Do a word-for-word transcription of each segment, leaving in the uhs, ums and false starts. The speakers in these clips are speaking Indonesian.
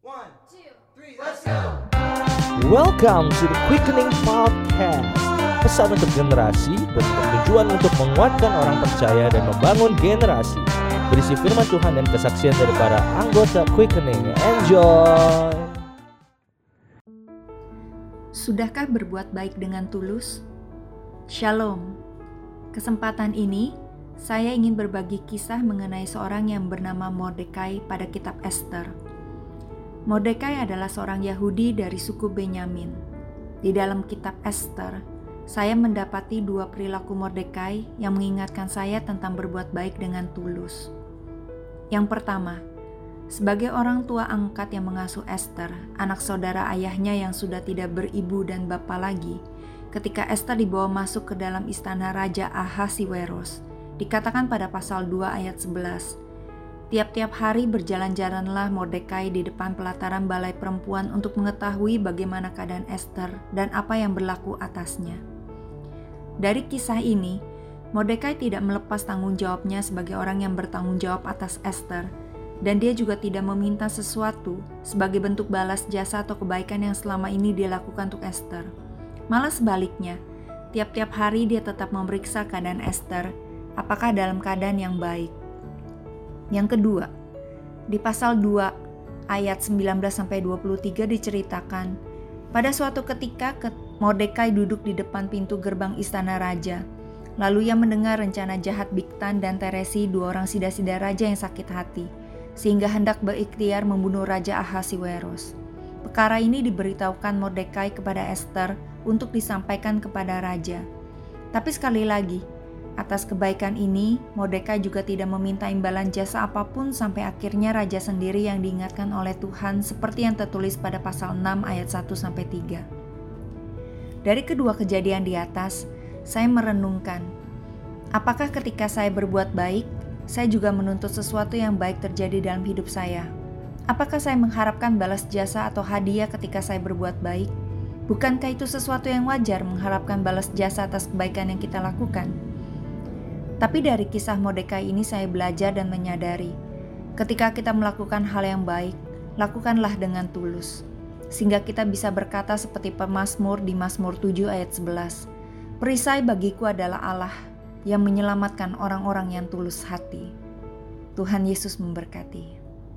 One, two, three, let's go! Welcome to the Quickening Podcast. Pesan untuk generasi bertujuan untuk menguatkan orang percaya dan membangun generasi. Berisi firman Tuhan dan kesaksian dari para anggota Quickening. Enjoy! Sudahkah berbuat baik dengan tulus? Shalom. Kesempatan ini, saya ingin berbagi kisah mengenai seorang yang bernama Mordekai pada kitab Ester. Mordekai adalah seorang Yahudi dari suku Benyamin. Di dalam kitab Ester, saya mendapati dua perilaku Mordekai yang mengingatkan saya tentang berbuat baik dengan tulus. Yang pertama, sebagai orang tua angkat yang mengasuh Ester, anak saudara ayahnya yang sudah tidak beribu dan bapa lagi, ketika Ester dibawa masuk ke dalam istana Raja Ahasiweros, dikatakan pada pasal dua ayat sebelas, tiap-tiap hari berjalan-jalanlah Mordekai di depan pelataran balai perempuan untuk mengetahui bagaimana keadaan Ester dan apa yang berlaku atasnya. Dari kisah ini, Mordekai tidak melepas tanggung jawabnya sebagai orang yang bertanggung jawab atas Ester, dan dia juga tidak meminta sesuatu sebagai bentuk balas jasa atau kebaikan yang selama ini dilakukan untuk Ester. Malah sebaliknya, tiap-tiap hari dia tetap memeriksa keadaan Ester, apakah dalam keadaan yang baik. Yang kedua, di pasal dua ayat sembilan belas sampai dua puluh tiga diceritakan, pada suatu ketika Mordekai duduk di depan pintu gerbang istana raja. Lalu ia mendengar rencana jahat Bigtan dan Teresi, dua orang sida-sida raja yang sakit hati, sehingga hendak berikhtiar membunuh Raja Ahasiweros. Perkara ini diberitahukan Mordekai kepada Ester untuk disampaikan kepada raja. Tapi sekali lagi, atas kebaikan ini, Mordekai juga tidak meminta imbalan jasa apapun sampai akhirnya raja sendiri yang diingatkan oleh Tuhan seperti yang tertulis pada pasal enam ayat satu sampai tiga. Dari kedua kejadian di atas, saya merenungkan, apakah ketika saya berbuat baik, saya juga menuntut sesuatu yang baik terjadi dalam hidup saya? Apakah saya mengharapkan balas jasa atau hadiah ketika saya berbuat baik? Bukankah itu sesuatu yang wajar mengharapkan balas jasa atas kebaikan yang kita lakukan? Tapi dari kisah Mordekai ini saya belajar dan menyadari, ketika kita melakukan hal yang baik, lakukanlah dengan tulus. Sehingga kita bisa berkata seperti pemazmur di Mazmur tujuh ayat sebelas, perisai bagiku adalah Allah yang menyelamatkan orang-orang yang tulus hati. Tuhan Yesus memberkati.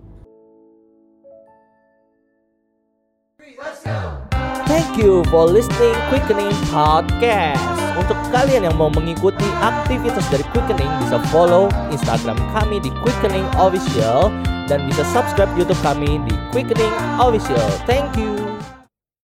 Thank you for listening Quickening Podcast. Untuk kalian yang mau mengikuti aktivitas dari Quickening, bisa follow Instagram kami di Quickening Official dan bisa subscribe YouTube kami di Quickening Official. Thank you.